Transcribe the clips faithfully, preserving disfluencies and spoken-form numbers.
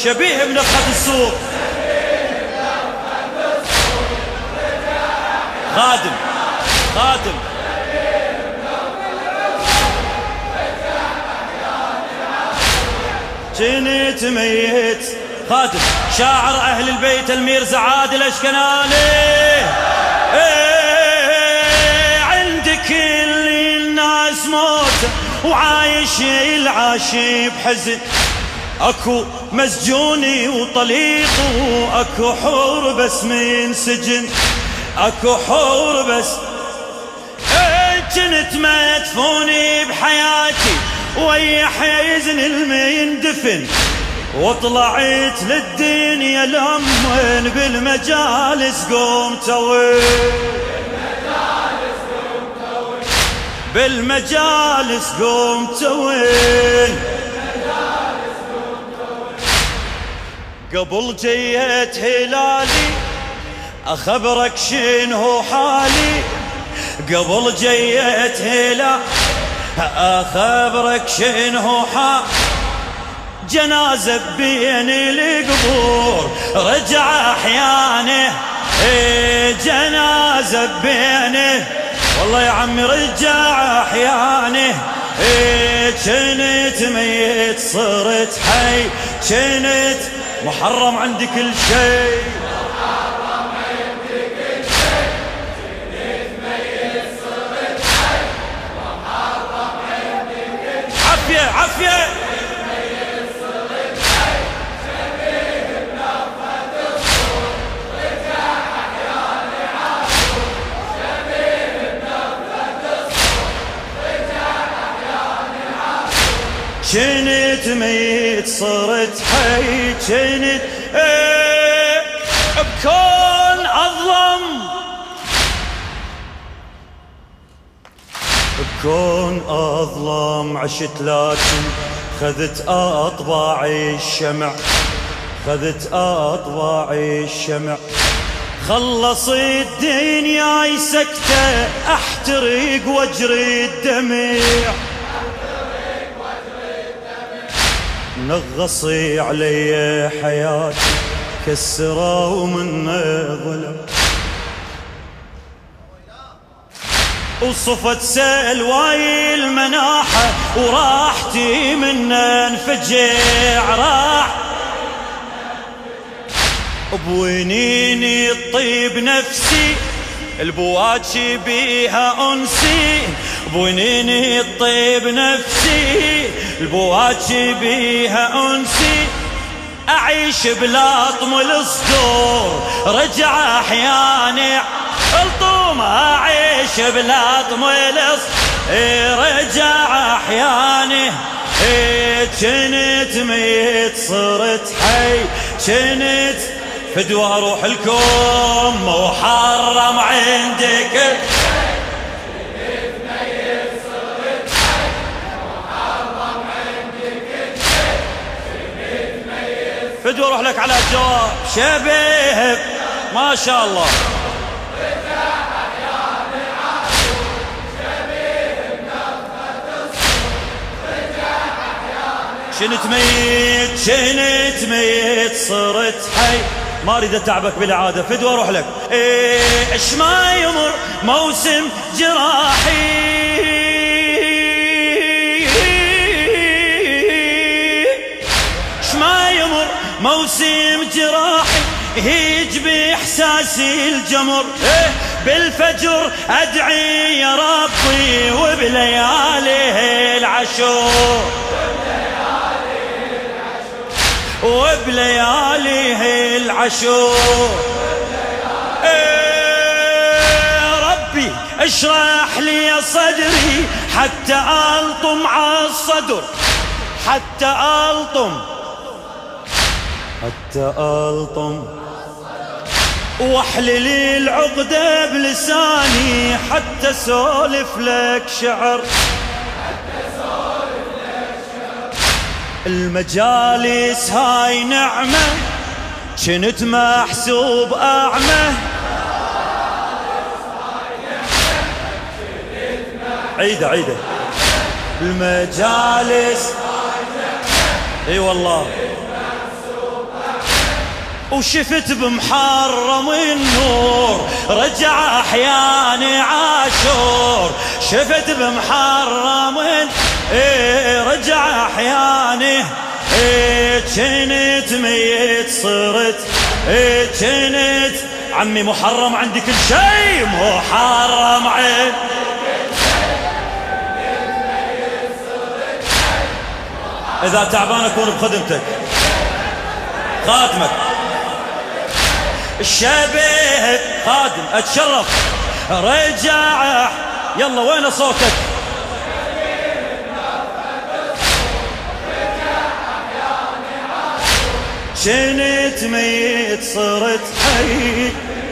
شبيه بنفخة الصور. خادم خادم جنت ميت خادم شاعر أهل البيت الميرزا عادل أشكناني. ايه عندك كل الناس موت وعايش العاشي بحزن، اكو مسجوني وطليق واكو حور بس من سجن، اكو حور بس. ايه كنت مدفوني بحياتي ويا حيزن الميندفن، وطلعت للدنيا لمن بالمجالس قوم توي، بالمجالس قوم توين. قبل جيت هلالي أخبرك شنو حالي، قبل جيت هلالي أخبرك شنو حالي. جنازة بين القبور رجع أحيانه، إيه جنازة بينه والله يا عمي رجع أحيانه. إيه كنت ميت صرت حي، كنت محرم عندي كل شيء، محرم عندي كل شيء. كنت ميت صرت حي، محرم عندي كل شيء. عافية عافية. كنت ميت صرت حي، كنت ايه بكون أظلم، بكون أظلم عشت لكن خذت أطباعي الشمع، خذت أطباعي الشمع. خلص الدنيا سكتة أحترق واجري الدمع، نغصي علي حياتي كسروا من ظلم، وصفت سلواي المناحة وراحتي من انفجع، راح بوينيني الطيب نفسي البواجي بيها أنسي، بوينيني الطيب نفسي البواجي بيها أنسي. أعيش بلاطم الصدور رجع أحياني الطوم، أعيش بلاطم الصدور رجع أحياني. كنت ميت صرت حي، كنت فدوى أروح لكم وحرم عندك. فدوى أروح لك على الجواب شبيه ما شاء الله. كنت ميت كنت ميت صرت حي، ما اريد اتعبك بالعاده فدوى اروح لك. ايه ايش ما يمر موسم جراحي، ايش ما يمر موسم جراحي، هيج باحساسي الجمر. إيه بالفجر ادعي يا ربي وبليالي العشور، وبلياليه العشور. إيه ربي اشرح لي صدري حتى ألطم على الصدر، حتى ألطم حتى ألطم واحلل العقدة بلساني حتى سولف لك شعر. المجالس هاي نعمة كنت محسوب أعمى، عيدة عيدة. المجالس اي والله وشفت بمحرم النور رجع احياني عاشور. شفت بمحرم ايه رجع احياني ايه كنت ميت صرت ايه كنت عمي محرم عندي كل شيء محرم عين. اذا تعبان اكون بخدمتك خادمك الشبه خادم اتشرف رجع. يلا وين صوتك؟ كنت ميت صرت حي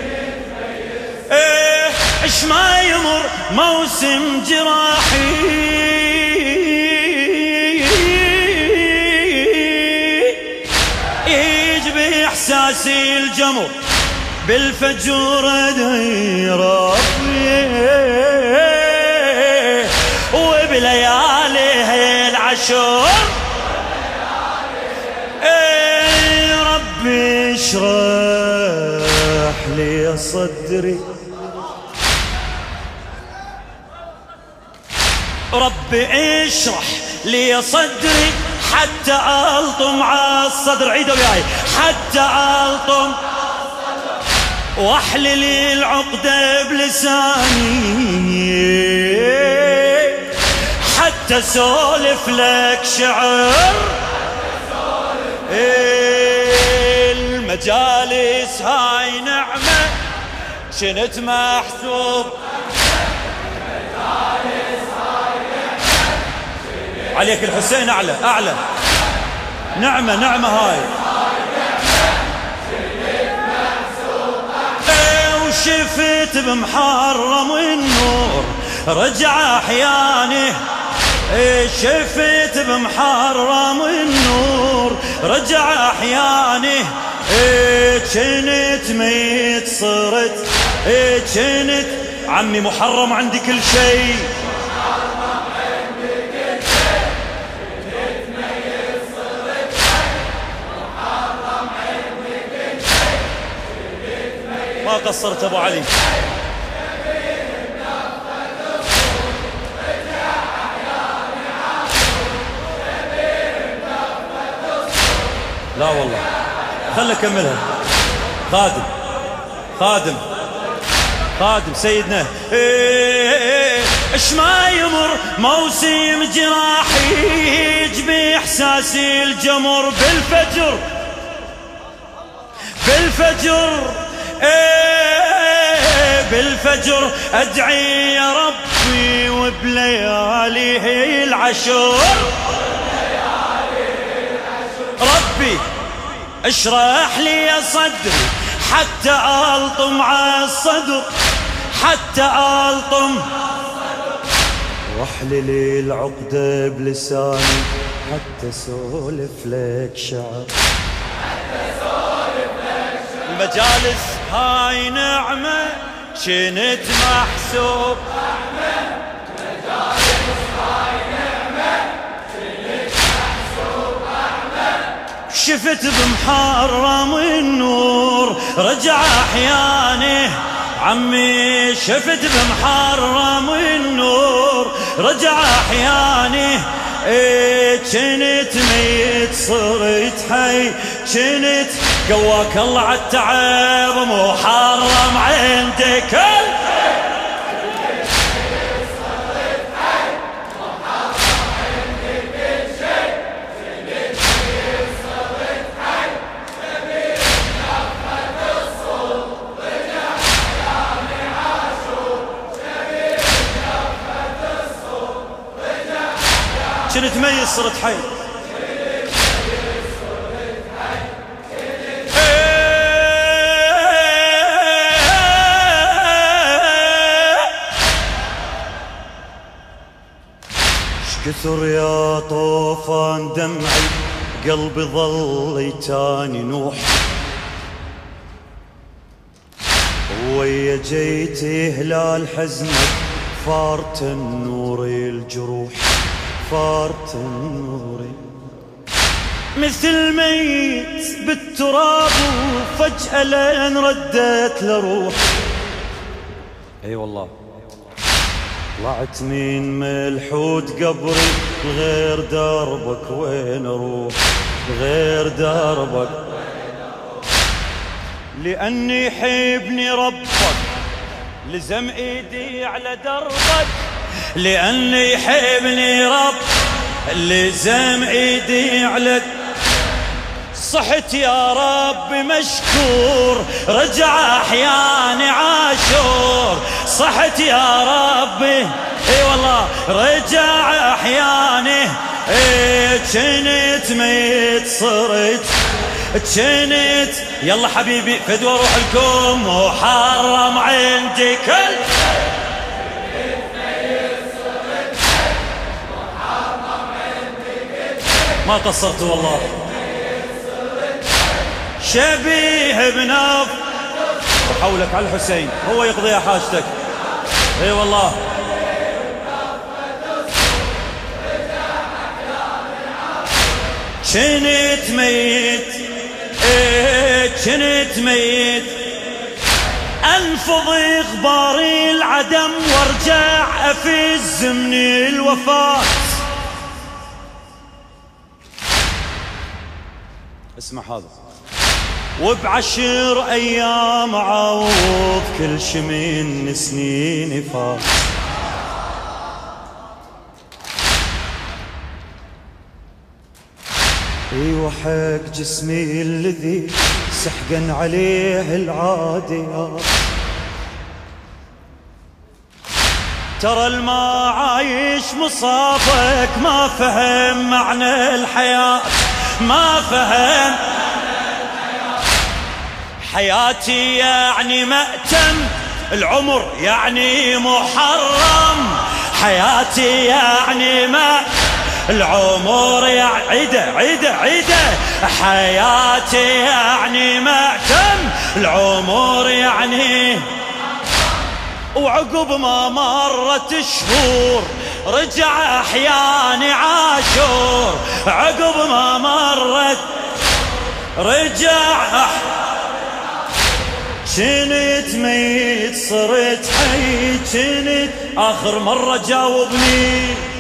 ايه ايش ما يمر موسم جراحي يجبي احساسي الجمر بالفجور ادعي ربي وبليالي العشر ايه ربي اشرح لي صدري. ربي اشرح لي صدري حتى ألطم على الصدر. عيدوا وياي حتى ألطم واحلل العقدة بلساني حتى سولف لك شعر. المجالس هاي نعمة شنت محسوب عليك الحسين اعلى اعلى. نعمة نعمة هاي ايه وشفت بمحرم النور رجع احياني ايه شفت بمحرم النور رجع احياني ايه كنت ميت صرت ايه كنت عمي محرم عندي كل شيء. ما قصرت ابو علي. لا والله خلنا اكملها. خادم خادم خادم سيدنا ايش ما يمر موسم جراحي يجبي احساسي الجمر بالفجر بالفجر ايه بالفجر ادعي يا ربي وبليالي العشر. ربي اشرح لي صدري حتى ألطم على الصدر حتى ألطم واحلل العقدة بلساني حتى سولف لك شعر. المجالس هاي نعمة كنت محسوب شفت بمحرم النور رجع احياني عمي شفت بمحرم النور رجع احياني ايه كنت ميت صرت حي كنت قواك الله عالتعب محرم عندك كنت ميت صرت حي كثر يا طوفان دمعي قلبي ظل يتاني نوح ويا جيتي هلال حزنك فارت النور الجروح فارت النور مثل ميت بالتراب وفجأة لين ردت لروح. اي أيوة والله طلعت من ملحود قبري غير دربك وين اروح، غير دربك لأني يحبني ربك لزم ايدي على دربك، لأني يحبني رب لزم ايدي على. صحت يا رب مشكور رجع احياني عاشور، صحت يا ربي اي والله رجع احياني. اي كنت ميت صرت كنت يلا حبيبي فدوى روح لكم وحرم عندي كل. ما قصرت والله شبيه بنف وحولك على الحسين هو يقضي حاجتك. اي والله كنت ميت ايه كنت ميت انفض اخباري العدم وارجع افز من الوفاة. اسمع هذا وبعشر ايام عوض كل شي من سنين فات. ايوه حق جسمي الذي سحقا عليه العاديات، ترى المعايش مصابك ما فهم معنى الحياة، ما فهم حياتي يعني مأتم، العمر يعني محرم، حياتي يعني ما العمر يعني عيده عيده عيده، حياتي يعني مأتم العمر يعني. وعقب ما مرت شهور رجع احياني عاشور، عقب ما مرت رجع كنت ميت صرت حي، كنت آخر مرة جاوبني